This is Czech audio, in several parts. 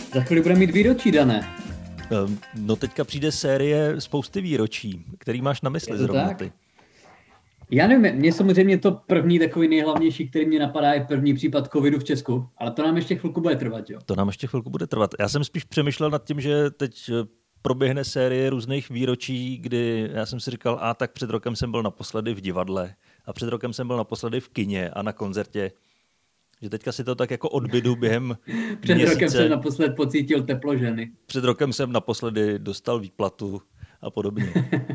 Za chvíli budeme mít výročí, Dané. No teďka přijde série spousty výročí. Který máš na mysli zrovna ty? Já nevím, mě samozřejmě to první takový nejhlavnější, který mě napadá, je první případ covidu v Česku, ale to nám ještě chvilku bude trvat, jo? To nám ještě chvilku bude trvat. Já jsem spíš přemýšlel nad tím, že teď proběhne série různých výročí, kdy já jsem si říkal, tak před rokem jsem byl naposledy v divadle a před rokem jsem byl naposledy v kině a na koncertě. Že teďka si to tak jako odbydu během Před měsíce. rokem jsem naposled pocítil teplo ženy. Před rokem jsem naposledy dostal výplatu a podobně.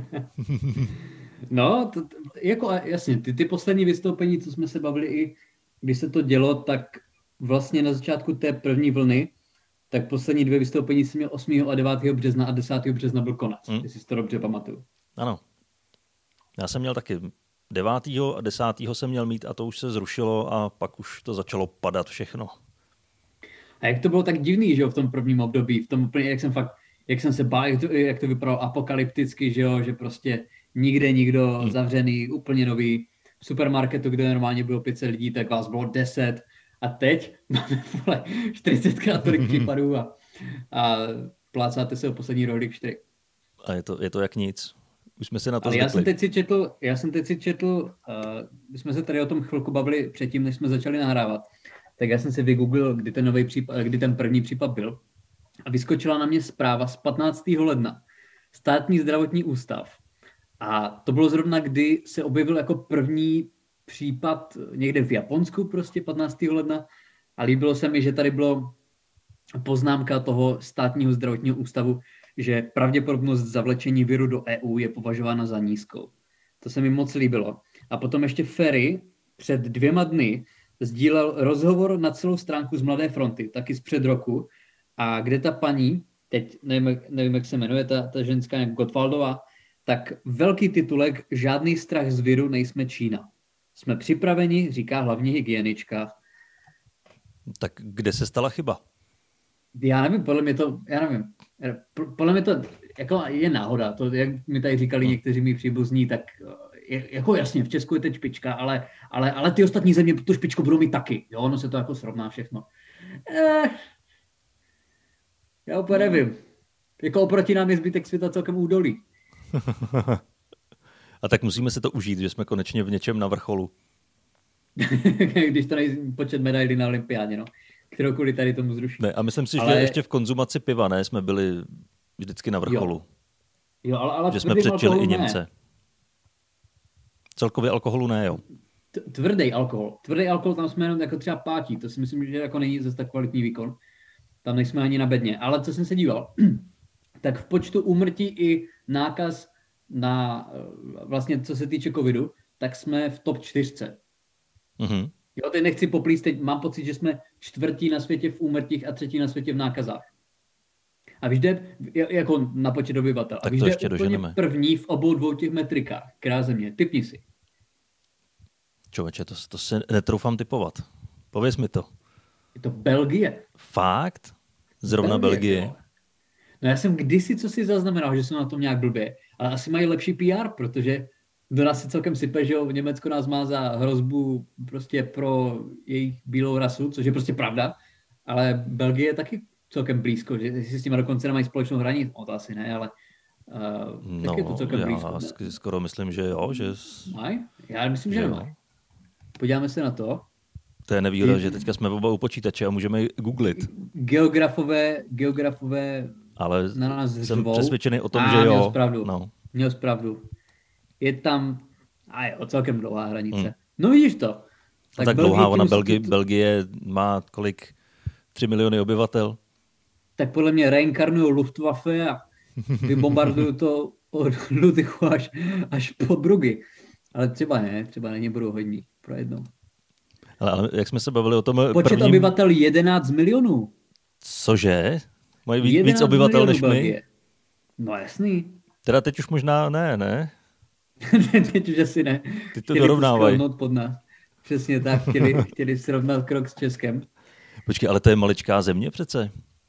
No, jako jasně, ty poslední vystoupení, co jsme se bavili i když se to dělo, tak vlastně na začátku té první vlny, tak poslední 2 vystoupení jsem měl 8. a 9. března a 10. března byl konec, jestli si to dobře pamatuju. Ano. Já jsem měl taky 9. a 10. jsem měl mít a to už se zrušilo a pak už to začalo padat všechno. A jak to bylo tak divný, že jo, v tom prvním období, v tom úplně, jak jsem se bál, jak to vypadalo apokalypticky, že jo, že prostě nikde nikdo zavřený, úplně nový. V supermarketu, kde normálně bylo 500 lidí, tak vás bylo 10 a teď máme 40krát tolik případů a plácáte se o poslední rohlík 4. A je to jak nic. Už jsme se na to ale zvykli. Já jsem teď si četl, když jsme se tady o tom chvilku bavili předtím, než jsme začali nahrávat, tak já jsem si vygooglil, kdy ten první případ byl a vyskočila na mě zpráva z 15. ledna. Státní zdravotní ústav. A to bylo zrovna, kdy se objevil jako první případ někde v Japonsku, prostě 15. ledna. A líbilo se mi, že tady bylo poznámka toho státního zdravotního ústavu, že pravděpodobnost zavlečení viru do EU je považována za nízkou. To se mi moc líbilo. A potom ještě Ferry před 2 dny sdílel rozhovor na celou stránku z Mladé fronty, taky z před roku, a kde ta paní, teď nevím jak se jmenuje, ta ženská jak Gottwaldová, tak velký titulek, žádný strach z viru, nejsme Čína. Jsme připraveni, říká hlavně hygienička. Tak kde se stala chyba? Já nevím, podle mě to jako je náhoda. To, jak mi tady říkali někteří mý příbuzní, tak jako jasně, v Česku je teď špička, ale ty ostatní země tu špičku budou mít taky. Jo, ono se to jako srovná všechno. Já úplně nevím. Jako oproti nám je zbytek světa celkem údolí. A tak musíme se to užít, že jsme konečně v něčem na vrcholu. Když to nejsme počet medailí na olympiádě, no. Kterou kvůli tady tomu zruší. Ne, a myslím si, že ještě v konzumaci piva, ne, jsme byli vždycky na vrcholu. Jo, ale že jsme předčili i Němce. Ne. Celkově alkoholu ne, jo. Tvrdý alkohol, tam jsme jenom jako třeba 5. To si myslím, že jako není zase tak kvalitní výkon. Tam nejsme ani na bedně. Ale co jsem se díval, tak v počtu úmrtí i nákaz na vlastně co se týče covidu, tak jsme v top 4. Mhm. Jo, teď nechci poplíst, teď mám pocit, že jsme 4. na světě v úmrtích a 3. na světě v nákazách. A víš, jde jako na počet obyvatel. A víš, jde úplně doženeme. První v obou 2 těch metrikách. Která země? Tipni si. Člověče, to se netroufám typovat. Pověz mi to. Je to Belgie. Fakt? Zrovna Belgie. No já jsem kdysi co si zaznamenal, že jsou na tom nějak blbě, ale asi mají lepší PR, protože do nás se celkem sype, že v Německo nás má za hrozbu prostě pro jejich bílou rasu, což je prostě pravda, ale Belgie je taky celkem blízko, že jestli s tím dokonce nemají společnou hranici, to asi ne, ale tak je to celkem blízko. Já skoro myslím, že jo. Že... Já myslím, že nemají. Podíváme se na to. To je nevýhoda, že teďka jsme oba u počítače a můžeme googlit. Geografové ale na nás jsem přesvědčený o tom, že jo. Měl jsi pravdu. Je tam celkem dlouhá hranice. No vidíš to. Tak dlouhá, ona Belgie má kolik? 3 miliony obyvatel? Tak podle mě reinkarnují Luftwaffe a vybombardují to od Lutychu až po Brugy. Ale třeba není budou hodní pro jednou. Ale jak jsme se bavili o tom počet obyvatel 11 milionů. Cože? Mají víc obyvatel než my? No jasný. Teda teď už možná ne? Teď už asi ne. Ty to dorovnávají. Pod nás. Přesně tak, chtěli srovnat krok s Českem. Počkej, ale to je maličká země přece.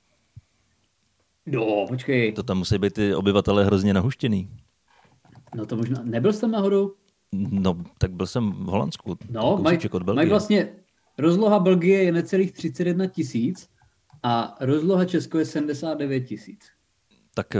No, počkej. To tam musí být ty obyvatelé hrozně nahuštěný. No to možná, nebyl jsi tam náhodou? No, tak byl jsem v Holandsku. No, mají vlastně, rozloha Belgie je necelých 31 000 a rozloha Česko je 79 000. Tak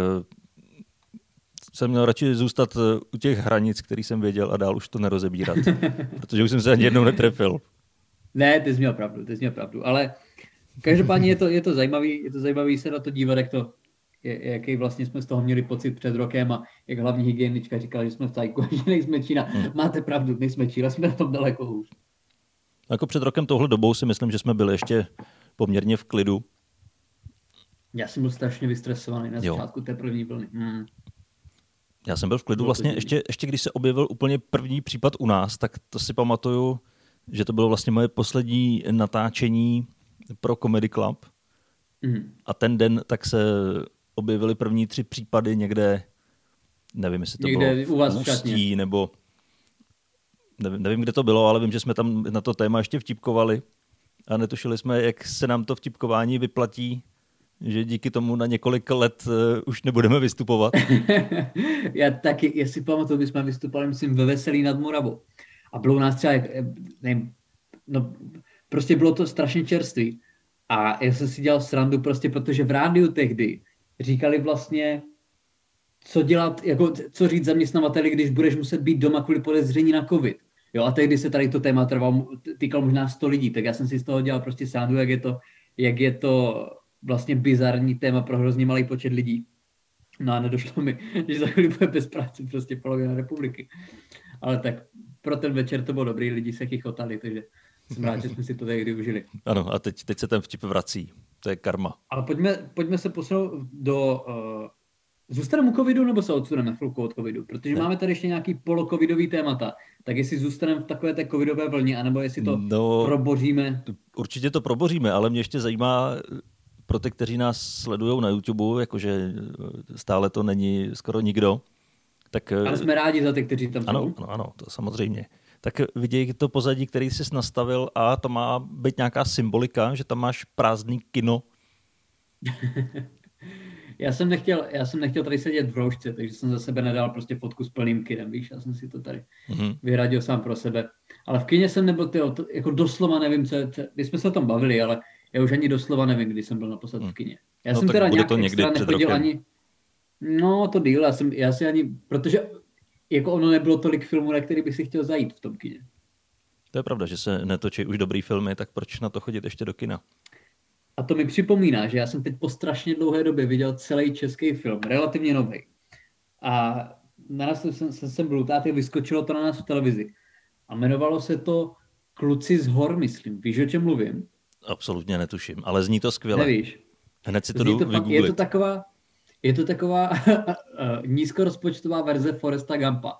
jsem měl radši zůstat u těch hranic, který jsem věděl a dál už to nerozebírat, protože už jsem se ani jednou netrefil. Ne, ty jsi měl pravdu, ale každopádně je to zajímavý se na to dívat, jaký vlastně jsme z toho měli pocit před rokem a jak hlavní hygienička říkala, že jsme v cajku a že nejsme Čína. Máte pravdu, nejsme Čína, jsme na tom daleko hůř. Jako před rokem tohle dobou si myslím, že jsme byli ještě poměrně v klidu. Já jsem byl strašně vystresovaný na začátku té první vlny. Já jsem byl v klidu vlastně ještě když se objevil úplně první případ u nás, tak to si pamatuju, že to bylo vlastně moje poslední natáčení pro Comedy Club. A ten den tak se objevily první 3 případy někde, nevím, jestli to někde bylo u vás v Ústí, nebo nevím, kde to bylo, ale vím, že jsme tam na to téma ještě vtipkovali a netušili jsme, jak se nám to vtipkování vyplatí, že díky tomu na několik let už nebudeme vystupovat. Já taky, jestli pamatuju, my jsme vystupovali, myslím, ve Veselí nad Moravou. A bylo nás třeba, nevím, no, prostě bylo to strašně čerstvý. A já jsem si dělal srandu prostě, protože v rádiu tehdy říkali vlastně, co dělat, jako co říct zaměstnavateli, když budeš muset být doma kvůli podezření na covid. Jo, a tehdy se tady to téma týkal možná 100 lidí, tak já jsem si z toho dělal prostě srandu, jak je to vlastně bizarní téma pro hrozně malý počet lidí. No a nedošlo mi, že za chvíli bude bez práce prostě polovina republiky. Ale tak pro ten večer to bylo dobrý, lidi se chichotali, takže jsem rád, že jsme si to tehdy užili. Ano, a teď se ten vtip vrací. To je karma. Ale pojďme se posunout do... Zůstaneme u covidu, nebo se odsuneme chvilku od covidu? Protože máme tady ještě nějaký polocovidový témata. Tak jestli zůstaneme v takové té covidové vlně, anebo jestli to proboříme. Určitě to proboříme, ale mě ještě zajímá pro ty, kteří nás sledují na YouTube, jakože stále to není skoro nikdo. Tak, ale jsme rádi za ty, kteří tam jsou. Ano, to samozřejmě. Tak viděj to pozadí, který jsi nastavil a to má být nějaká symbolika, že tam máš prázdný kino. Já jsem nechtěl tady sedět v roušce, takže jsem za sebe nedal prostě fotku s plným kinem, víš, já jsem si to tady vyhradil sám pro sebe. Ale v kině jsem nebyl, jako doslova nevím, my jsme se o tom bavili, ale já už ani doslova nevím, kdy jsem byl naposled v kině. Já jsem teda nějak extra nechodil ani, no to díl, já si ani, protože jako ono nebylo tolik filmů, na který bych si chtěl zajít v tom kině. To je pravda, že se netočí už dobrý filmy, tak proč na to chodit ještě do kina? A to mi připomíná, že já jsem teď po strašně dlouhé době viděl celý český film, relativně nový. A naraz jsem byl u táty, vyskočilo to na nás v televizi. A jmenovalo se to Kluci z hor, myslím. Víš, o čem mluvím? Absolutně netuším, ale zní to skvěle. Nevíš. Hned si to jdu vygooglit. Je to taková nízkorozpočtová verze Foresta Gumpa.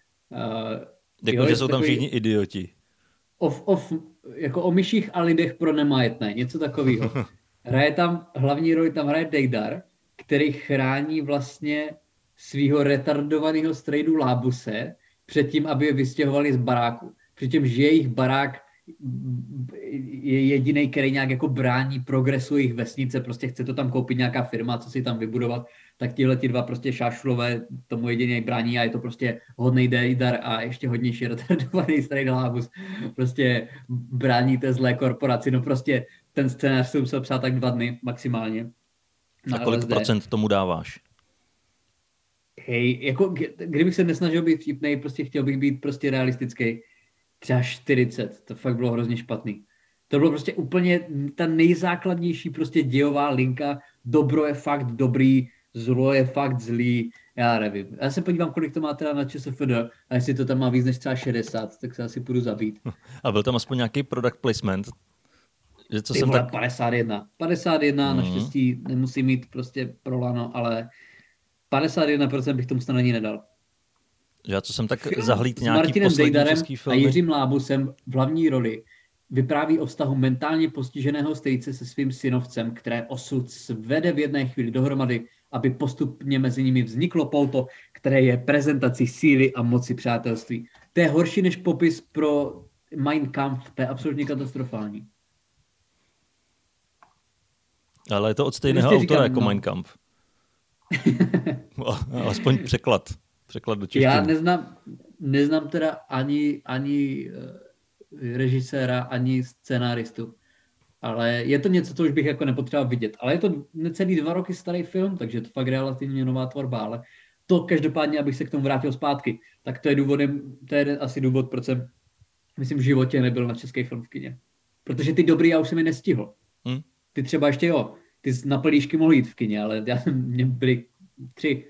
Že jsou tam všichni idioti. Jako o myších a lidech pro nemajetné, něco takového. Hlavní roli tam hraje Dejdar, který chrání vlastně svého retardovaného strejdu Lábuse před tím, aby je vystěhovali z baráku. Přičemž jejich barák je jediný, který nějak jako brání progresu jejich vesnice, prostě chce to tam koupit nějaká firma, co si tam vybudovat, tak tihleti dva prostě šášlové tomu jedině brání a je to prostě hodnej Dejdar a ještě hodnější retardovaný strejda Lábus. Prostě brání té zlé korporaci, no prostě ten scénář jsem musel psát tak 2 dny maximálně. A kolik procent tomu dáváš? Hej, jako kdybych se nesnažil být vtipnej, prostě chtěl bych být prostě realistický. Třeba 40, to fakt bylo hrozně špatný. To bylo prostě úplně ta nejzákladnější prostě dějová linka, dobro je fakt dobrý, zlo je fakt zlý, já nevím. Já se podívám, kolik to má teda na ČSFD a jestli to tam má víc než třeba 60, tak se asi půjdu zabít. A byl tam aspoň nějaký product placement? Že co jsem tak... 51, naštěstí nemusí mít prostě prolano, ale 51% bych tomu snad ani nedal. Já co jsem tak zahlíd nějaký Martinem poslední Dejdarem český filmy. A Jiřím Lábusem v hlavní roli vypráví o vztahu mentálně postiženého strýce se svým synovcem, které osud svede v jedné chvíli dohromady, aby postupně mezi nimi vzniklo pouto, které je prezentací síly a moci přátelství. To je horší než popis pro Mein Kampf, to je absolutně katastrofální. Ale je to od stejného autora jako Mein Kampf. Alespoň překlad do češtiny. Já neznám teda ani režiséra, ani scenáristu. Ale je to něco, co už bych jako nepotřeboval vidět. Ale je to necelý 2 roky starý film, takže je to fakt relativně nová tvorba, ale to každopádně, abych se k tomu vrátil zpátky, tak to je asi důvod, proč jsem, myslím, v životě nebyl na český film v kině. Protože ty dobrý já už jsem je nestihl. Ty třeba ještě jo, ty na Pelíšky mohl jít v kině, ale mě byly 3.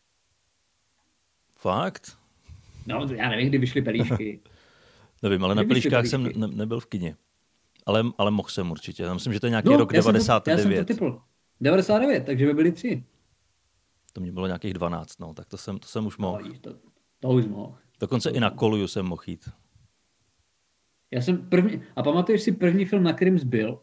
Fakt? No, já nevím, kdy vyšly Pelíšky. Nevím, ale na Pelíškách jsem nebyl v kině. Ale mohl jsem určitě. Já myslím, že to je nějaký rok 99. Já jsem to typl. 99, takže by byly 3. To mě bylo nějakých 12, no, tak to jsem už mohl. To už mohl. Dokonce i na Koluju jsem mohl jít. Já jsem první, a pamatuješ si první film, na kterým jsi byl?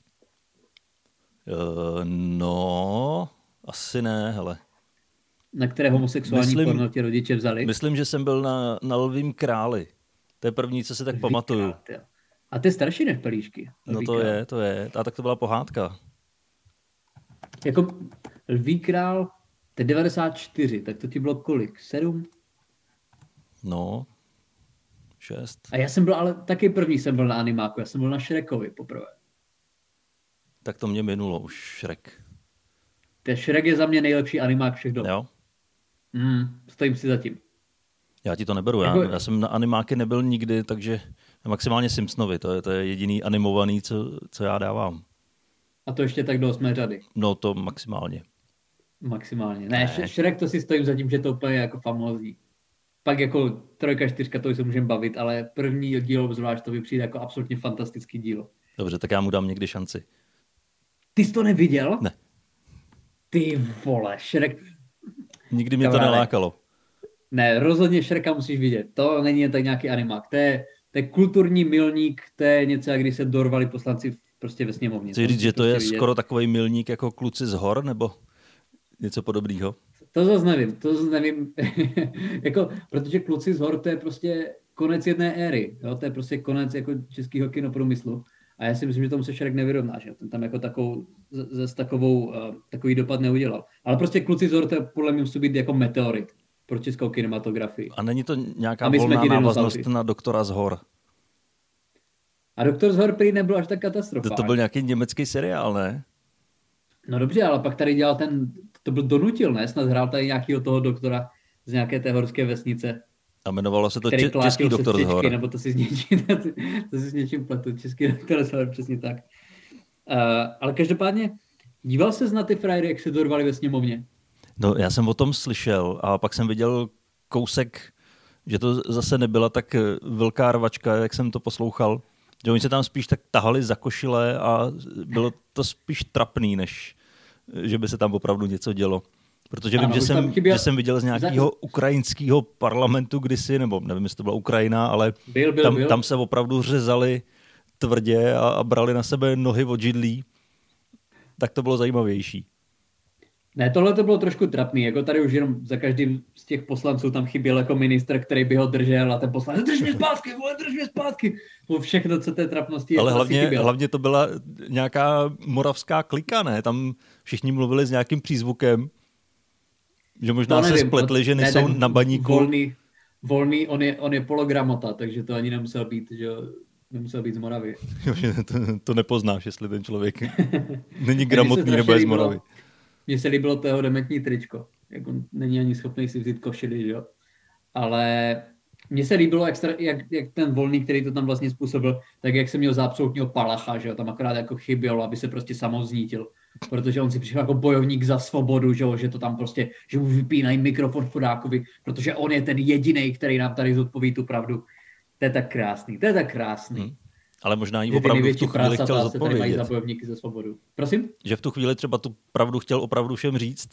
No, asi ne, hele. Na které homosexuální porno ti rodiče vzali? Myslím, že jsem byl na Lvím králi. To je první, co si tak pamatuju. A to je starší než Pelíšky. No to je. A tak to byla pohádka. Jako Lví král, to je 94, tak to ti bylo kolik? 7? No, 6. A já jsem byl, ale taky první jsem byl na animáku, já jsem byl na Shrekovi poprvé. Tak to mě minulo už Shrek. Shrek je za mě nejlepší animák všech dob. Jo? Stojím si za tím. Já ti to neberu, já jsem na animáky nebyl nikdy, takže maximálně Simpsonovi, to je jediný animovaný, co já dávám. A to ještě tak do 8. řady? No to maximálně. Maximálně. Ne. Shrek to si stojím za tím, že to úplně jako famózní. Pak jako 3, 4, to už se můžeme bavit, ale první dílo zvlášť to mi přijde jako absolutně fantastický dílo. Dobře, tak já mu dám někdy šanci. Ty jsi to neviděl? Ne. Ty vole, Shrek. Nikdy mě to nelákalo. Ne, rozhodně Shreka musíš vidět. To není jen tak nějaký animák. To je kulturní milník, to je něco, jak když se dorvali poslanci prostě ve sněmovně. Chci říct, že to je skoro takový milník jako Kluci z hor, nebo něco podobného? To zase nevím. Jako, protože Kluci z hor to je prostě konec jedné éry. Jo? To je prostě konec jako českého kinoprůmyslu. A já si myslím, že tomu se Shrek nevyrovná. Že? Ten tam jako takový dopad neudělal. Ale prostě Kluci z hor to je podle mě musí být jako meteorit pro českou kinematografii. A není to nějaká volná návaznost na Doktora z hor? A Doktor z hor prý nebyl až tak katastrofální. To byl nějaký německý seriál, ne? No dobře, ale pak tady dělal to byl Donutil, ne? Snad hrál tady nějakého toho doktora z nějaké té horské vesnice. A jmenovalo se to Český doktor z hor. Nebo to si s něčím pletu. Český doktor z hor, přesně tak. Ale každopádně, díval ses na ty frajery, jak se dorvali ve sněmovně? No, já jsem o tom slyšel a pak jsem viděl kousek, že to zase nebyla tak velká rvačka, jak jsem to poslouchal. Že oni se tam spíš tak tahali za košile a bylo to spíš trapný, než že by se tam opravdu něco dělo. Protože vím, že jsem viděl z nějakého ukrajinského parlamentu kdysi, nebo nevím, jestli to byla Ukrajina, ale tam se opravdu řezali tvrdě a brali na sebe nohy od židlí. Tak to bylo zajímavější. Ne, tohle to bylo trošku trapný, jako tady už jenom za každým z těch poslanců tam chyběl jako ministr, který by ho držel a ten poslanec, drž mě zpátky. Všechno, co té trapnosti ale hlavně to byla nějaká moravská klika, ne? Tam všichni mluvili s nějakým přízvukem, že možná se spletli, že nejsou na baníku. Volný, on je pologramota, takže to ani nemusel být, že nemusel být z Moravy. To nepoznáš, jestli ten člověk není gramotný nebo je z Moravy. Mně se líbilo toho dementní tričko. Jako není ani schopný si vzít košily, že jo. Ale mně se líbilo, jak ten Volný, který to tam vlastně způsobil, tak jak jsem měl za absolutního palacha, že jo. Tam akorát jako chybělo, aby se prostě samoznítil. Protože on si přišel jako bojovník za svobodu, že jo, že to tam prostě, že mu vypínají mikrofon chodákovi, protože on je ten jedinej, který nám tady zodpoví tu pravdu. To je tak krásný. Ale možná jí opravdu v tu chvíli chtěl zodpovědět. Mají za bojovníky za svobodu. Prosím? Že v tu chvíli třeba tu pravdu chtěl opravdu všem říct.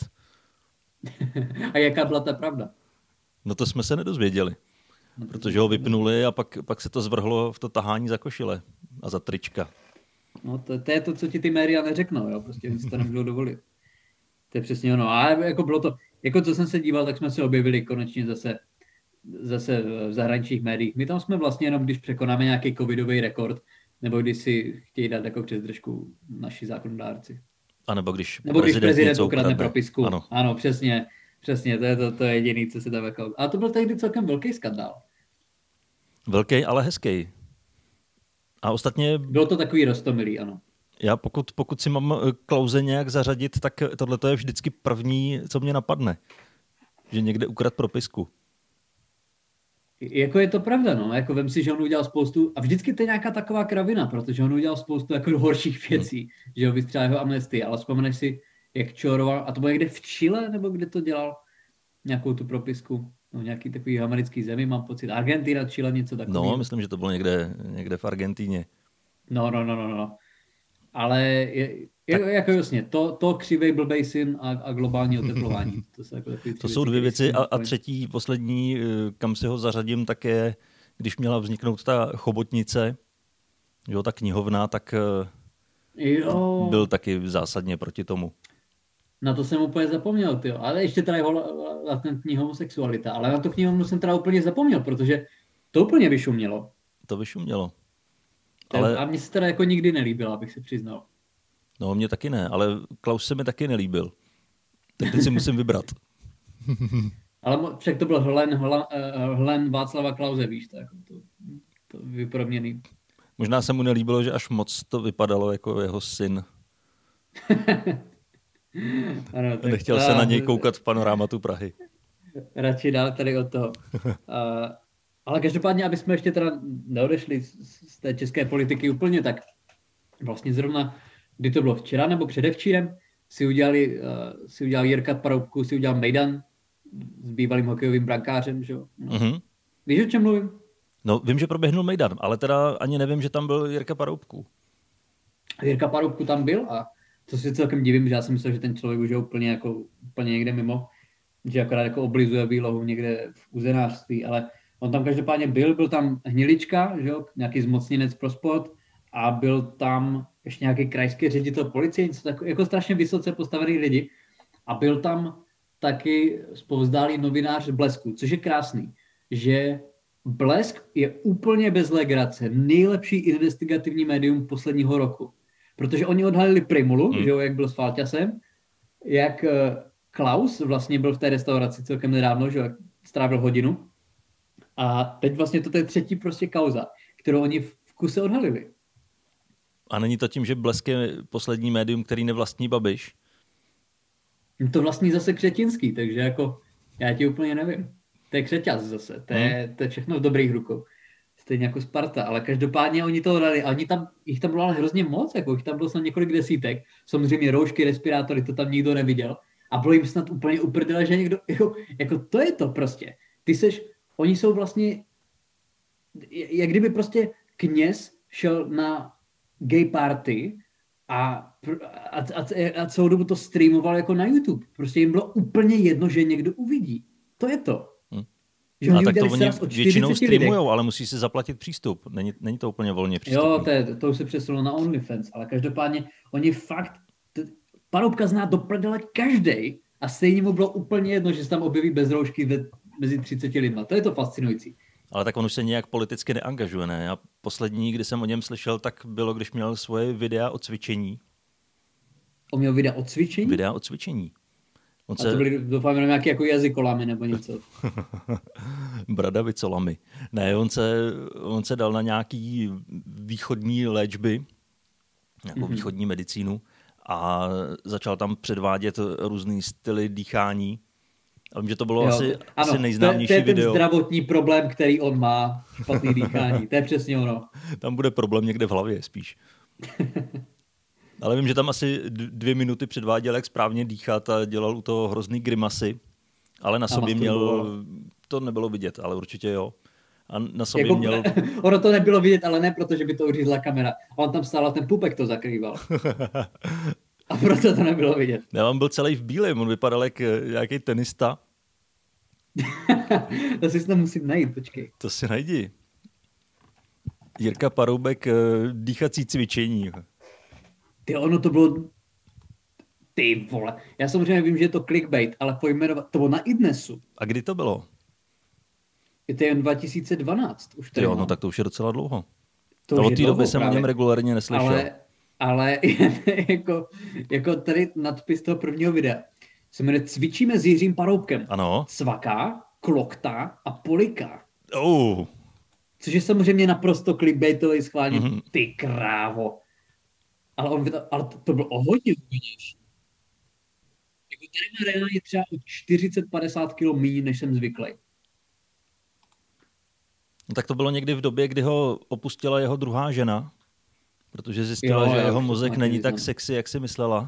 A jaká byla ta pravda? No to jsme se nedozvěděli. Protože ho vypnuli a pak se to zvrhlo v to tahání za košile a za trička. No to je to, co ti ty média neřeknou, jo. Prostě oni si to nemůžou dovolit. To je přesně ono. A jako bylo to, jako co jsem se díval, tak jsme se objevili konečně zase v zahraničních médiích. My tam jsme vlastně jenom, když překonáme nějaký covidový rekord, nebo když si chtějí dát jako přes držku naši zákonodárci. A nebo když prezident ukradne propisku. Ano, přesně, to je jediný, co se tam jako... A to byl tehdy celkem velký skandál. Velký, ale hezký. A ostatně... Bylo to takový roztomilý, ano. Já pokud si mám Klause nějak zařadit, tak tohle je vždycky první, co mě napadne. Že někde ukradl propisku. Jako je to pravda, no. Jako vem si, že on udělal spoustu, a vždycky to je nějaká taková kravina, protože on udělal spoustu jako horších věcí, že ho vystřelil jeho amnestii, ale vzpomeneš si, jak čoroval, a to bylo někde v Chile, nebo kde to dělal, nějakou tu propisku, no nějaký takový americký zemi, mám pocit, Argentina, Chile, něco takového. No, myslím, že to bylo někde v Argentíně. No. Ale jako jasně, to křivej blbej syn a globální oteplování. To jsou dvě věci a třetí, poslední, kam si ho zařadím, tak je, když měla vzniknout ta chobotnice, jo, ta knihovna, tak byl taky zásadně proti tomu. Na to jsem úplně zapomněl, tyjo. Ale ještě teda jeho latentní homosexualita. Ale na tu knihovnu jsem teda úplně zapomněl, protože to úplně vyšumělo. To vyšumělo. Ale... A mně se teda jako nikdy nelíbila, abych se přiznal. No, mně taky ne, ale Klaus se mi taky nelíbil. Tak teď si musím vybrat. Ale však to byl Hlen Václava Klause, víš, tak to vyproměný. Možná se mu nelíbilo, že až moc to vypadalo jako jeho syn. Ano, tak nechtěl se na něj koukat v panorámatu Prahy. Radši dál tady od toho. Ale každopádně, aby jsme ještě teda neodešli z té české politiky úplně, tak vlastně zrovna, kdy to bylo včera nebo předevčírem, si udělal Jirka Paroubku, si udělal mejdan s bývalým hokejovým brankářem, že jo? No. Mm-hmm. Víš, o čem mluvím? No, vím, že proběhnul mejdan, ale teda ani nevím, že tam byl Jirka Paroubku. Jirka Paroubku tam byl a to si celkem divím, že já jsem myslel, že ten člověk už je úplně někde mimo, že akorát jako oblizuje výlohu někde v uzenářství, ale on tam každopádně byl tam Hnilička, že jo, nějaký zmocněnec pro sport a byl tam ještě nějaký krajský ředitel policie, jako strašně vysoce postavený lidi a byl tam taky zpovzdálý novinář Blesku, což je krásný, že Blesk je úplně bez legrace nejlepší investigativní médium posledního roku, protože oni odhalili Primulu, že jo, jak byl s Falťasem, jak Klaus vlastně byl v té restauraci celkem nedávno, že jo, strávil hodinu. A teď vlastně to je třetí prostě kauza, kterou oni v kuse odhalili. A není to tím, že Blesk je poslední médium, který nevlastní Babiš? To vlastní zase Křetinský, takže jako já ti úplně nevím. To je Křeťas zase, to je všechno v dobrých rukou. Stejně jako Sparta, ale každopádně oni to odhalili a jich tam bylo ale hrozně moc, jako jich tam bylo snad několik desítek. Samozřejmě roušky, respirátory, to tam nikdo neviděl. A bylo jim snad úplně uprdele, že někdo, jako to je to prostě. Oni jsou vlastně, jak kdyby prostě kněz šel na gay party a celou dobu to streamoval jako na YouTube. Prostě jim bylo úplně jedno, že někdo uvidí. To je to. Že a tak to oni většinou streamujou, ale musí si zaplatit přístup. Není to úplně volně přístupný. Jo, to už se přesunulo na OnlyFans, ale každopádně oni fakt, Paroubka zná do prdele každej a stejně mu bylo úplně jedno, že se tam objeví bez roušky mezi 30 lidma. To je to fascinující. Ale tak on už se nějak politicky neangažuje, ne? A poslední, kdy jsem o něm slyšel, tak bylo, když měl svoje videa o cvičení. On měl videa o cvičení? Videa o cvičení. A to byly, doufám, nějaké jako jazykolamy nebo něco. Bradavicolamy. Ne, on se dal na nějaký východní léčby, nějakou východní medicínu a začal tam předvádět různý styly dýchání. A vím, že to bylo asi nejznámější video. To je ten zdravotní problém, který on má, špatný dýchání. To je přesně ono. Tam bude problém někde v hlavě spíš. Ale vím, že tam asi 2 minuty předváděl, jak správně dýchat a dělal u toho hrozný grimasy. Ale na sobě měl... To nebylo vidět, ale určitě jo. A na sobě měl... Ono to nebylo vidět, ale ne, protože by to uřízla kamera. A on tam stál a ten pupek to zakrýval. A proto to nebylo vidět. Ne, on byl celý v bílém, on vypadal jak nějaký tenista. To si tam musím najít, počkej. To si najdi. Jirka Paroubek, dýchací cvičení. Ono to bylo... Ty vole. Já samozřejmě vím, že je to clickbait, ale pojmenovat... To bylo na iDnesu. A kdy to bylo? Je to jen 2012. Už to jo, no tak to už je docela dlouho. To od té doby jsem o něm regulárně neslyšel. Ale jako tady nadpis toho prvního videa se jmenuje Cvičíme s Jiřím Paroubkem. Ano. Cvaká, kloktá a poliká. Oh. Což je samozřejmě naprosto clickbaitový schválně. Ty krávo. ale to bylo o hodně hubenější. Jako tady má reálně třeba o 40-50 kg méně, než jsem zvyklý. No, tak to bylo někdy v době, kdy ho opustila jeho druhá žena, protože zjistila, že jeho mozek není tak sexy, jak si myslela.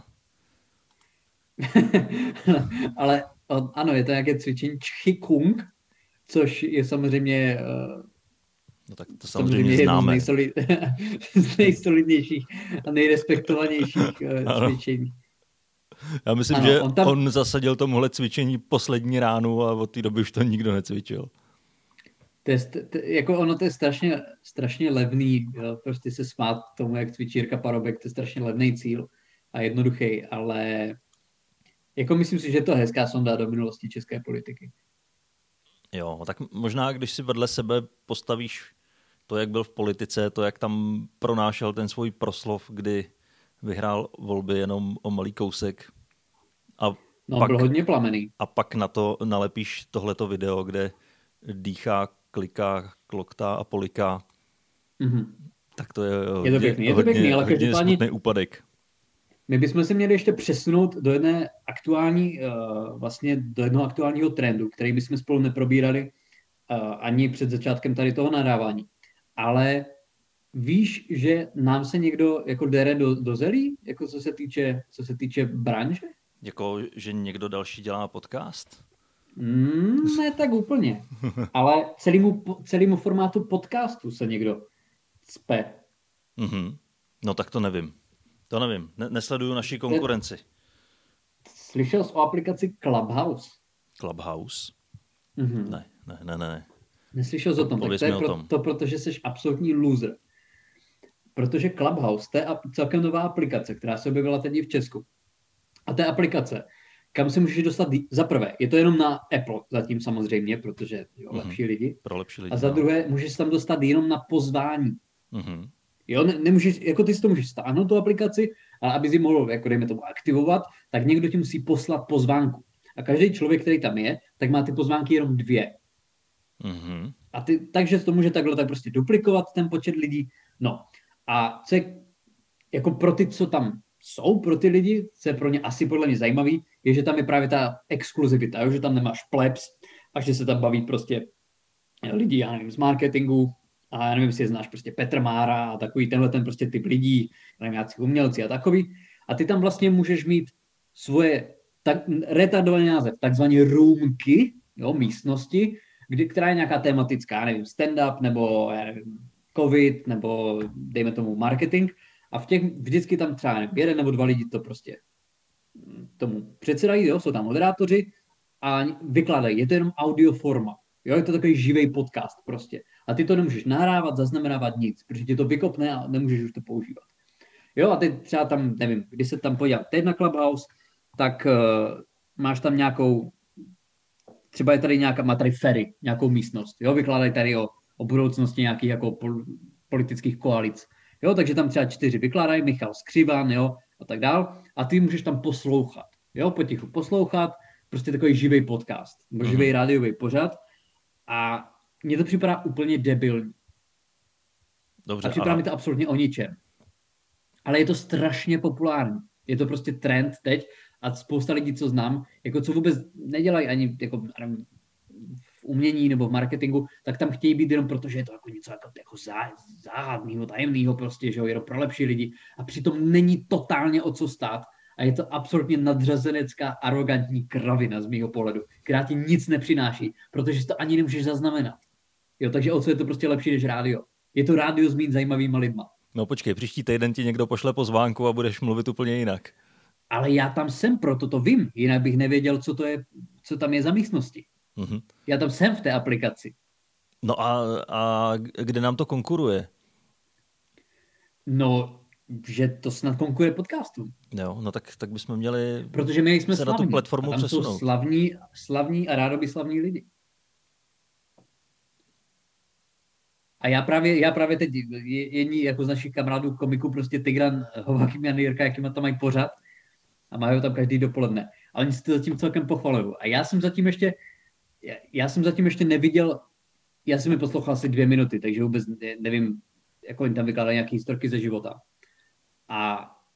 Ale ano, je to nějaké cvičení Qigong, což je samozřejmě no tak to samozřejmě jedno známe. z nejsolidnějších a nejrespektovanějších cvičení. Já myslím, že on zasadil tomuhle cvičení poslední ránu a od té doby už to nikdo necvičil. Jako ono to je strašně levný, jo, prostě se smát tomu, jak cvičí Jirka Parobek, to je strašně levný cíl a jednoduchý, ale jako myslím si, že to je hezká sonda do minulosti české politiky. Jo, tak možná, když si vedle sebe postavíš to, jak byl v politice, to, jak tam pronášel ten svůj proslov, kdy vyhrál volby jenom o malý kousek. Byl hodně plamený. A pak na to nalepíš tohleto video, kde dýchá, kliká, kloktá a poliká. Mm-hmm. Tak to je to pěkný, ale každopádně smutný úpadek. My bychom se měli ještě přesunout do jednoho aktuálního trendu, který bychom spolu neprobírali ani před začátkem tady toho nadávání. Ale víš, že nám se někdo jako dere do zelí, jako co se týče branže? Jako, že někdo další dělá podcast? Ne tak úplně. Ale celému formátu podcastu se někdo cpe. Mm-hmm. No tak to nevím. Nesleduju naši konkurenci. Slyšel jsi o aplikaci Clubhouse? Clubhouse? Mm-hmm. Ne. Neslyšel jsi o tom? Tak to je protože jsi absolutní loser. Protože Clubhouse, to je celkem nová aplikace, která se objevila teď v Česku. A to je aplikace, kam se můžeš dostat za prvé. Je to jenom na Apple zatím samozřejmě, protože lepší lidi. Pro lepší lidi. A za druhé, můžeš se tam dostat jenom na pozvání. Mm-hmm. Jo, nemůžeš, jako ty si to můžeš stáhnout, tu aplikaci, ale aby si mohl, jako dejme tomu, aktivovat, tak někdo ti musí poslat pozvánku. A každý člověk, který tam je, tak má ty pozvánky jenom 2. Mm-hmm. Takže to může takhle tak prostě duplikovat ten počet lidí. No a co je, jako pro ty, co tam jsou, pro ty lidi, co je pro ně asi podle mě zajímavý, je, že tam je právě ta exkluzivita, jo? Že tam nemáš plebs a že se tam baví prostě lidi, já nevím, z marketingu, a já nevím, jestli je znáš prostě Petr Mára a takový ten prostě typ lidí, nevím, nějací umělci a takový. A ty tam vlastně můžeš mít svoje retardovaný název, takzvané roomky, jo, místnosti, která je nějaká tematická, nevím, stand-up, nebo já nevím, covid, nebo dejme tomu marketing. A v těch vždycky tam třeba nevím, 1 nebo 2 lidi to prostě tomu předsedají, jo, jsou tam moderátoři a vykládají. Je to jenom audio forma. Jo, je to takový živý podcast prostě. A ty to nemůžeš nahrávat, zaznamenávat nic, protože ti to vykopne a nemůžeš už to používat. Jo, a ty třeba tam, nevím, když se tam podívám teď na Clubhouse, tak máš tam nějakou, třeba je tady má tady Ferry, nějakou místnost, jo, vykládají tady o budoucnosti nějakých jako politických koalic. Jo, takže tam třeba 4 vykládají, Michal Skřivan, jo, a tak dál. A ty můžeš tam poslouchat, jo, potichu poslouchat, prostě takový živý podcast, nebo živý rádiový pořad. A mně to připadá úplně debilní. Dobře, a připadá mi to absolutně o ničem. Ale je to strašně populární. Je to prostě trend teď a spousta lidí, co znám, jako co vůbec nedělají ani jako v umění nebo v marketingu, tak tam chtějí být jenom proto, že je to jako něco jako záhadného, tajemného prostě, že jo, jenom pro lepší lidi. A přitom není totálně o co stát. A je to absolutně nadřazenecká, arrogantní kravina z mýho pohledu, která ti nic nepřináší, protože si to ani nemůžeš zaznamenat. Jo, takže o co je to prostě lepší než rádio? Je to rádio s mít zajímavýma lidma. No počkej, příští týden ti někdo pošle pozvánku a budeš mluvit úplně jinak. Ale já tam jsem, proto to vím, jinak bych nevěděl, co tam je za místnosti. Mm-hmm. Já tam jsem v té aplikaci. No a kde nám to konkuruje? No, že to snad konkuruje podcastům. Jo, no tak bychom měli protože my jsme se slavní, na tu platformu a tam přesunout. Jsou slavní a rádoby slavní lidi. A já právě teď jedni jako z našich kamarádů komiků, prostě Tigran, Hovakým a Jirka, jakýma tam mají pořád a mají ho tam každý dopoledne. Ale oni si to zatím celkem pochvalují. A já jsem zatím ještě neviděl, já jsem mi poslouchal asi 2 minuty, takže vůbec nevím, jako oni tam vykládají nějaké historky ze života. A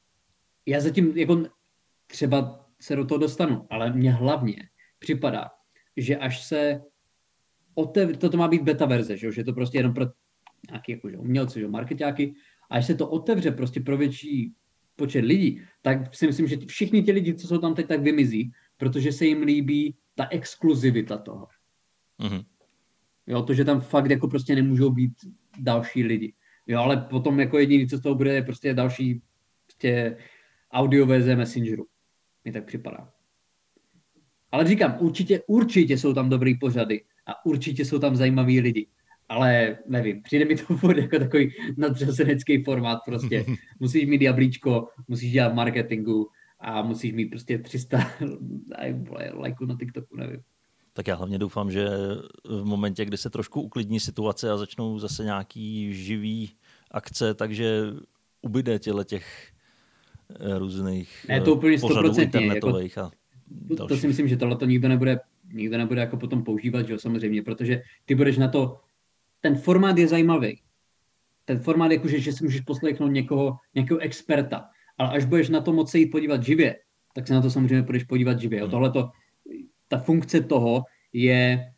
já zatím jako třeba se do toho dostanu, ale mně hlavně připadá, že až se toto má být beta verze, že je to prostě jenom pro nějaký jakože umělci, že marketáky, a až se to otevře prostě pro větší počet lidí, tak si myslím, že všichni ti lidi, co jsou tam teď, tak vymizí, protože se jim líbí ta exkluzivita toho. Mm-hmm. Jo, to, že tam fakt jako prostě nemůžou být další lidi. Jo, ale potom jako jediný, co z toho bude, je prostě další prostě audio verze Messengeru. Mi tak připadá. Ale říkám, určitě jsou tam dobrý pořady a určitě jsou tam zajímaví lidi. Ale nevím, přijde mi to bude jako takový nadřazenecký formát prostě. Musíš mít jablíčko, musíš dělat marketingu a musíš mít prostě 300 lajků na TikToku, nevím. Tak já hlavně doufám, že v momentě, kdy se trošku uklidní situace a začnou zase nějaký živý akce, takže ubyde těch různých to úplně pořadů internetových jako, a to si myslím, že tohle to nikdo nebude jako potom používat, že jo, samozřejmě, protože ty budeš na to, ten formát je zajímavý. Ten formát je že si můžeš poslechnout nějakého experta, ale až budeš na to moci jít podívat živě, tak se na to samozřejmě budeš podívat živě. Jo. Tohleto, ta funkce toho je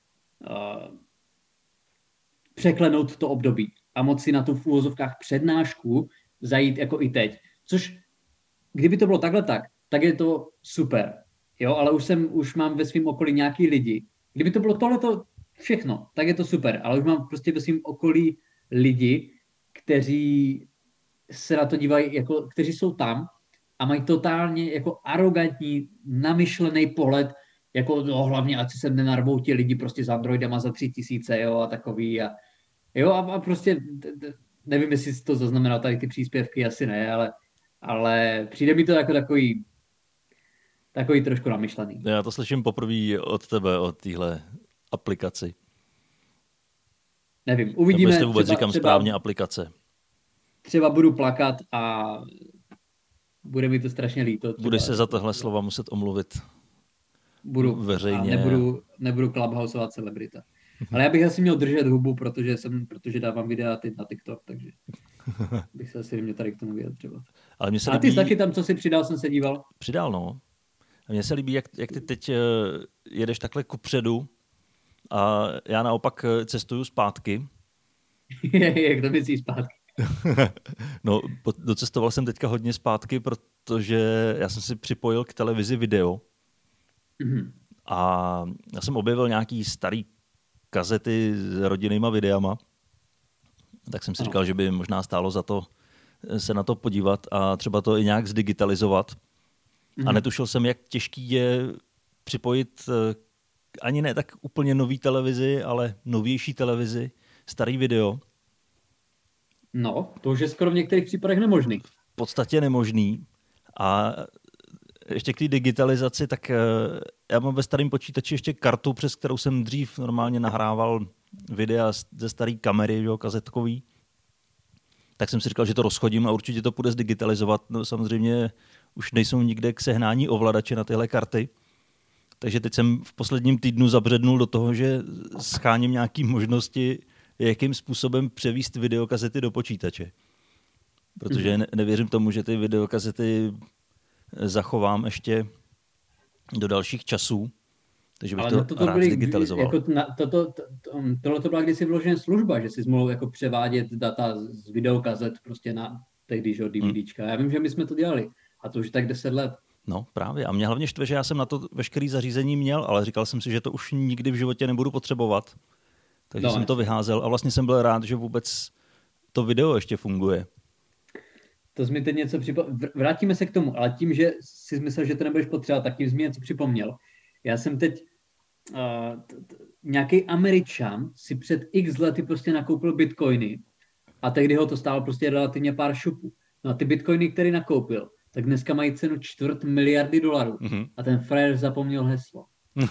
překlenout to období a moci na tu v úvozovkách přednášku zajít jako i teď. Což, kdyby to bylo takhle tak je to super. Jo, ale už mám ve svém okolí nějaký lidi. Kdyby to bylo tohleto všechno, tak je to super. Ale už mám prostě ve svém okolí lidi, kteří se na to dívají, jako, kteří jsou tam a mají totálně jako arrogantní, namyšlený pohled, jako no, hlavně ať si sem nenarvou ti lidi prostě s Androidama za 3000, jo, a takový. A prostě nevím, jestli si to zaznamenal tady ty příspěvky, asi ne, ale přijde mi to jako takový trošku namyšlený. Já to slyším poprvé od tebe, od téhle aplikaci. Nevím, uvidíme. Jestli vůbec říkám správně aplikace. Třeba budu plakat a bude mi to strašně líto. Budeš se za tohle slova muset omluvit veřejně. A nebudu clubhouseovat celebrita. Ale já bych asi měl držet hubu, protože dávám videa na TikTok, takže bych se asi neměl tady k tomu vyjadřovat. Ale mě se a ty jsi taky tam, co jsi přidal, jsem se díval? Přidal, no. A mně se líbí, jak ty teď jedeš takhle kupředu a já naopak cestuju zpátky. Jak to myslíš zpátky? No, docestoval jsem teďka hodně zpátky, protože já jsem si připojil k televizi video a já jsem objevil nějaký starý kazety s rodinnýma videama, tak jsem si říkal, že by možná stálo za to se na to podívat a třeba to i nějak zdigitalizovat. A netušil jsem, jak těžký je připojit ani ne tak úplně nový televizi, ale novější televizi, starý video. No, to už je skoro v některých případech nemožný. V podstatě nemožný. A ještě k té digitalizaci, tak já mám ve starém počítači ještě kartu, přes kterou jsem dřív normálně nahrával videa ze staré kamery, jo, kazetkový. Tak jsem si říkal, že to rozchodím a určitě to půjde zdigitalizovat. No, samozřejmě už nejsou nikde k sehnání ovladače na tyhle karty. Takže teď jsem v posledním týdnu zabřednul do toho, že scháním nějaké možnosti, jakým způsobem převíst videokazety do počítače. Protože nevěřím tomu, že ty videokazety zachovám ještě do dalších časů. Takže bych to rád zdigitalizoval. Jako tohle to byla kdysi vložená služba, že si mohl jako převádět data z videokazet prostě na tehdy, že DVDčka. Já vím, že my jsme to dělali. A to už tak 10 let. No právě. A mě hlavně štve, že já jsem na to veškerý zařízení měl, ale říkal jsem si, že to už nikdy v životě nebudu potřebovat. Takže jsem to vyházel a vlastně jsem byl rád, že vůbec to video ještě funguje. To jsi mi teď něco vrátíme se k tomu, ale tím, že jsi myslel, že to nebudeš potřebovat, tak tím jsi mi něco připomněl. Já jsem teď nějaký Američan si před x lety prostě nakoupil bitcoiny a tehdy ho to stálo prostě relativně pár šupů. No a ty bitcoiny, který nakoupil, tak dneska mají cenu $250 miliardy a ten frajer zapomněl heslo.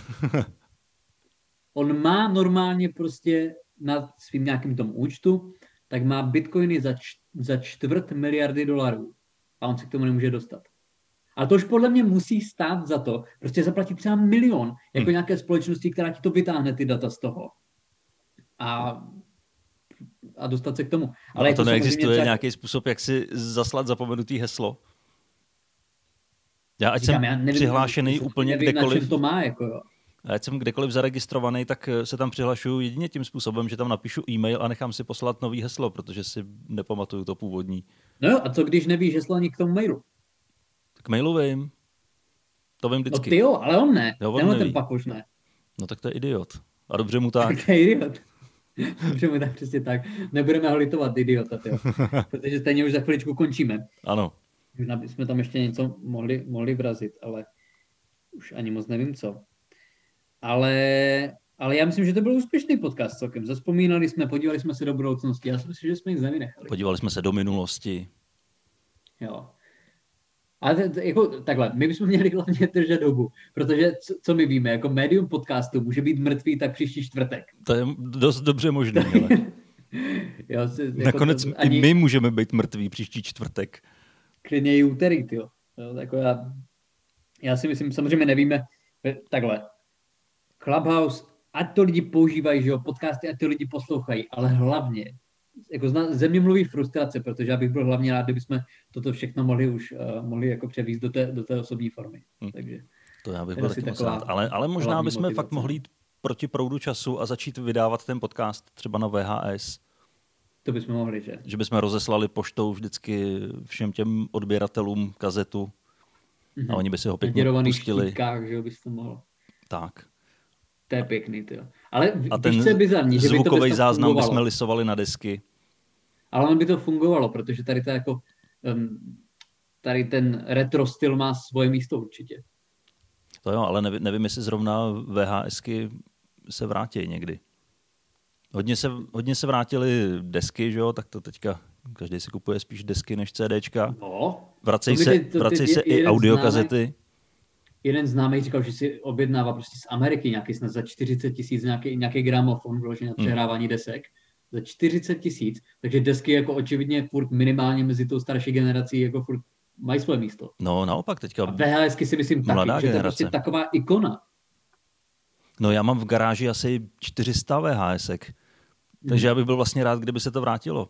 On má normálně prostě na svým nějakým tom účtu, tak má bitcoiny za $250 miliardy a on se k tomu nemůže dostat. A to už podle mě musí stát za to, prostě zaplatit třeba 1 milion jako nějaké společnosti, která ti to vytáhne ty data z toho. A dostat se k tomu. Ale to neexistuje nějaký způsob, jak si zaslat zapomenutý heslo? Ať jsem přihlášený úplně nevím, kdekoliv. Na čem to má, jako jo. Ať jsem kdekoliv zaregistrovaný, tak se tam přihlašuju jedině tím způsobem, že tam napíšu e-mail a nechám si poslat nový heslo, protože si nepamatuju to původní. No jo, a co když nevíš heslo ani k tomu mailu? K mailu vím. To vím vždycky. No ty jo, ale on ne. Jo, Tenhle ten pak už ne. No tak to je idiot. A dobře mu tak. To je idiot. Dobře mu tak, přesně tak. Nebudeme ho litovat, idiota, tyjo. Protože stejně už za chviličku končíme. Ano. Možná bychom tam ještě něco mohli vrazit, ale už ani moc nevím co. Ale já myslím, že to byl úspěšný podcast celkem. Zazpomínali jsme, podívali jsme se do budoucnosti. Já si myslím, že jsme nic nevynechali. Podívali jsme se do minulosti. Jo. Ale jako takhle, my bychom měli hlavně držet dobu, protože co my víme, jako médium podcastu může být mrtvý tak příští čtvrtek. To je dost dobře možný, ale... Jo, nakonec i my můžeme být mrtví příští čtvrtek. Klidně i úterý, tyjo. Jako já si myslím, samozřejmě nevíme, takhle. Clubhouse, ať to lidi používají, že jo, podcasty, ať to lidi poslouchají, ale hlavně, jako ze mě mluví frustrace, protože já bych byl hlavně rád, kdybychom toto všechno mohli jako převízt do té osobní formy. Takže to já bych byl taky moc rád. Ale možná bychom fakt mohli jít proti proudu času a začít vydávat ten podcast třeba na VHS. To bychom mohli, že? Že bychom rozeslali poštou vždycky všem těm odběratelům kazetu a oni by si ho pěkně pustili. Štítkách, že bys to mohl. Tak. To je pěkný, tyjo. Ale a ten zvukový záznam bychom lisovali na desky. Ale on by to fungovalo, protože tady to jako tady ten retro styl má svoje místo určitě. To jo, ale nevím, jestli zrovna VHSky se vrátí někdy. Hodně se vrátily desky, že jo, tak to teďka každý si kupuje spíš desky než CDčka. No. Vracej se i audiokazety. Jeden známý říkal, že si objednává prostě z Ameriky nějaký snad za 40 000 nějaký gramofon vložený na přehrávání desek. Za 40 000, takže desky jako očividně furt minimálně mezi tou starší generací jako furt mají svoje místo. No naopak teďka. A VHSky si myslím taky, že to je prostě taková ikona. No já mám v garáži asi 400 VHSek, takže já bych byl vlastně rád, kdyby se to vrátilo.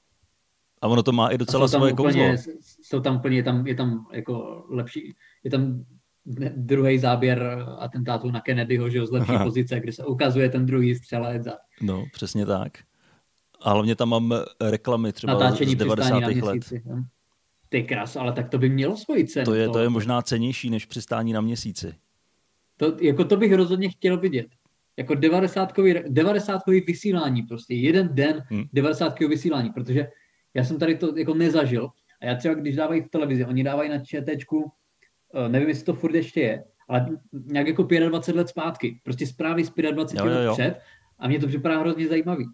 A ono to má i docela svoje kouzlo. Jsou tam úplně, je tam jako lepší, je tam druhý záběr atentátu na Kennedyho, že jo, z lepší pozice, kde se ukazuje ten druhý střelec. No, přesně tak. A hlavně tam mám reklamy třeba natáčení z 90. let. Ty krás, ale tak to by mělo svoji cenu. To je možná cennější než přistání na Měsíci. To bych rozhodně chtěl vidět. Jako 90kový vysílání prostě. Jeden den 90kový vysílání, protože já jsem tady to jako nezažil. A já třeba, když dávají v televizi, oni dávají na ČTčku, nevím, jestli to furt ještě je, ale nějak jako 25 let zpátky. Prostě zprávy z 25 let před a mně to připadá hrozně zajímavý.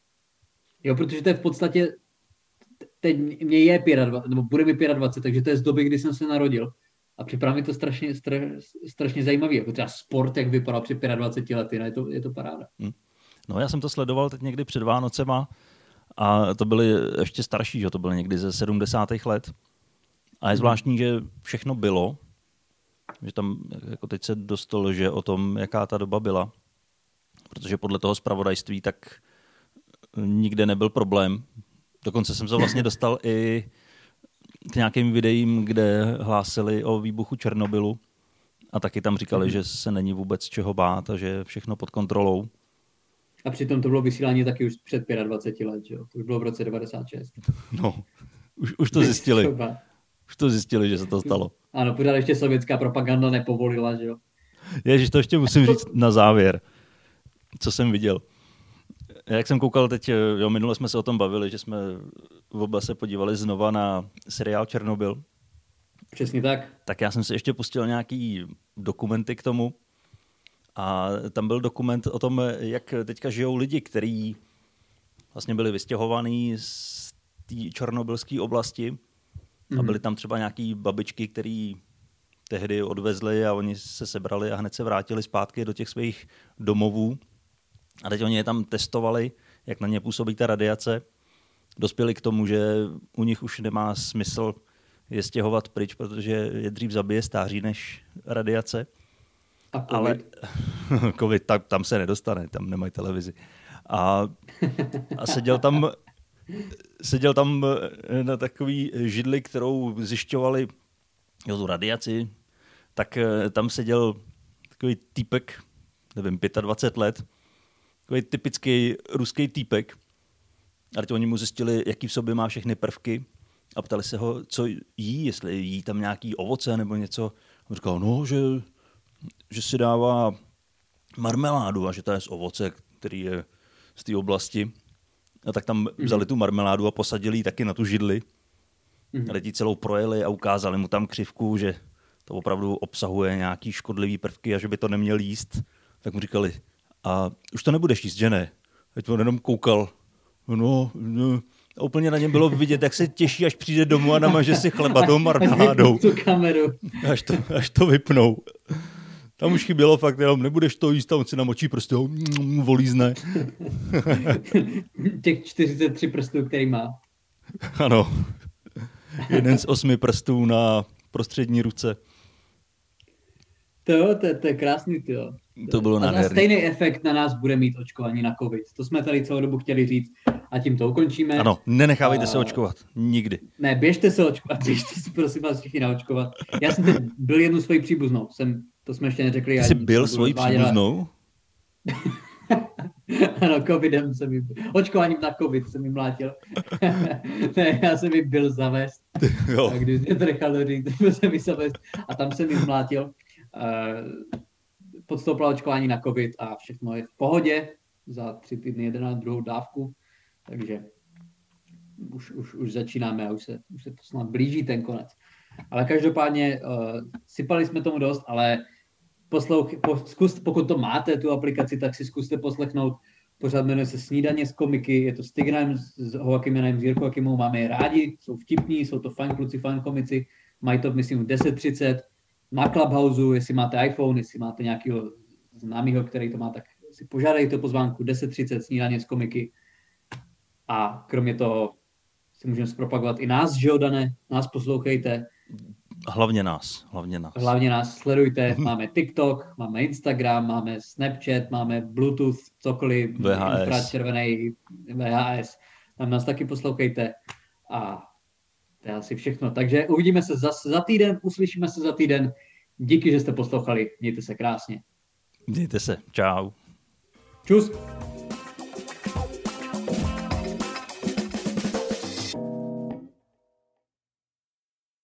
Jo, protože to je v podstatě, teď mě je 25, nebo bude mi 25, takže to je z doby, kdy jsem se narodil. A připadá mi to strašně zajímavý. Jako třeba sport, jak vypadal před 25 lety, no je to paráda. No já jsem to sledoval teď někdy před Vánocema a to byly ještě starší, že to byly někdy ze 70. let. A je zvláštní, že všechno bylo, že tam jako teď se dostalo, že o tom, jaká ta doba byla. Protože podle toho zpravodajství tak nikde nebyl problém. Dokonce jsem se vlastně dostal i k nějakým videím, kde hlásili o výbuchu Černobylu a taky tam říkali, že se není vůbec čeho bát a že je všechno pod kontrolou. A přitom to bylo vysílání taky už před 25 let, že jo? To už bylo v roce 96. No, už to zjistili. Už to zjistili, že se to stalo. Ano, pořád ještě sovětská propaganda nepovolila, že jo? Ježiš, to ještě musím říct na závěr, co jsem viděl. Jak jsem koukal teď, jo, minule jsme se o tom bavili, že jsme oba se podívali znova na seriál Černobyl. Přesně tak. Tak já jsem si ještě pustil nějaký dokumenty k tomu a tam byl dokument o tom, jak teďka žijou lidi, kteří vlastně byli vystěhovaní z té černobylské oblasti a byly tam třeba nějaký babičky, který tehdy odvezli a oni se sebrali a hned se vrátili zpátky do těch svých domovů. A teď oni je tam testovali, jak na ně působí ta radiace. Dospěli k tomu, že u nich už nemá smysl je stěhovat pryč, protože je dřív zabije stáří než radiace. A COVID? Ale COVID, tam se nedostane, tam nemají televizi. A seděl tam na takový židli, kterou zjišťovali tu radiaci tak tam seděl takový týpek, nevím, 25 let, takový typický ruský týpek. A teď oni mu zjistili, jaký v sobě má všechny prvky a ptali se ho, co jí, jestli jí tam nějaký ovoce nebo něco. On říkal, no, že si dává marmeládu a že to je z ovoce, který je z té oblasti. A tak tam vzali tu marmeládu a posadili ji taky na tu židli. A teď ji celou projeli a ukázali mu tam křivku, že to opravdu obsahuje nějaký škodlivý prvky a že by to neměl jíst. Tak mu říkali, a už to nebudeš jíst, že ne? Teď on jenom koukal, no. A úplně na něm bylo vidět, jak se těší, až přijde domů a namaže si chleba tou marmeládou. Až to vypnou. Tam už chybělo fakt, jenom nebudeš to jíst a on si namočí prostě volízne. Těch 43 prstů, který má. Ano. 1 z 8 prstů na prostřední ruce. To je krásný, tyjo. To bylo nádherný. A stejný efekt na nás bude mít očkování na covid. To jsme tady celou dobu chtěli říct a tím to ukončíme. Ano, nenechávejte se očkovat. Nikdy. Ne, běžte se očkovat. Běžte se prosím vás všichni naočkovat. Já jsem teď byl jednu svoji příbuznou. To jsme ještě neřekli. Ty jsi byl svojí příbuznou? Ano, covidem jsem jí... Očkováním na covid jsem jí mlátil. Ne, já jsem jí byl zavést. A když mě to nechal říct, byl jsem jí zavést a tam jsem jí mlátil. Podstoupila očkování na covid a všechno je v pohodě. Za 3 týdny 2. dávku. Takže už začínáme a už se to snad blíží ten konec. Ale každopádně sypali jsme tomu dost, ale pokud to máte, tu aplikaci, tak si zkuste poslechnout. Pořád jmenuje se Snídaně s komiky, je to s Tigrem, s Joachimem Janem, s Jirkou Jakimou, máme je rádi, jsou vtipní, jsou to fajn kluci, fajn komici, mají to, myslím, v 10:30 na Clubhouse, jestli máte iPhone, jestli máte nějakého známého, který to má, tak si požádejte pozvánku 10:30 Snídaně s komiky. A kromě toho si můžeme zpropagovat i nás, že jo, Dané? Nás poslouchejte. Hlavně nás. Hlavně nás sledujte. Máme TikTok, máme Instagram, máme Snapchat, máme Bluetooth, cokoliv. Infračervený VHS. Tam nás taky poslouchejte. A to je asi všechno. Takže uvidíme se zase za týden, uslyšíme se za týden. Díky, že jste poslouchali. Mějte se krásně. Mějte se. Čau. Čus.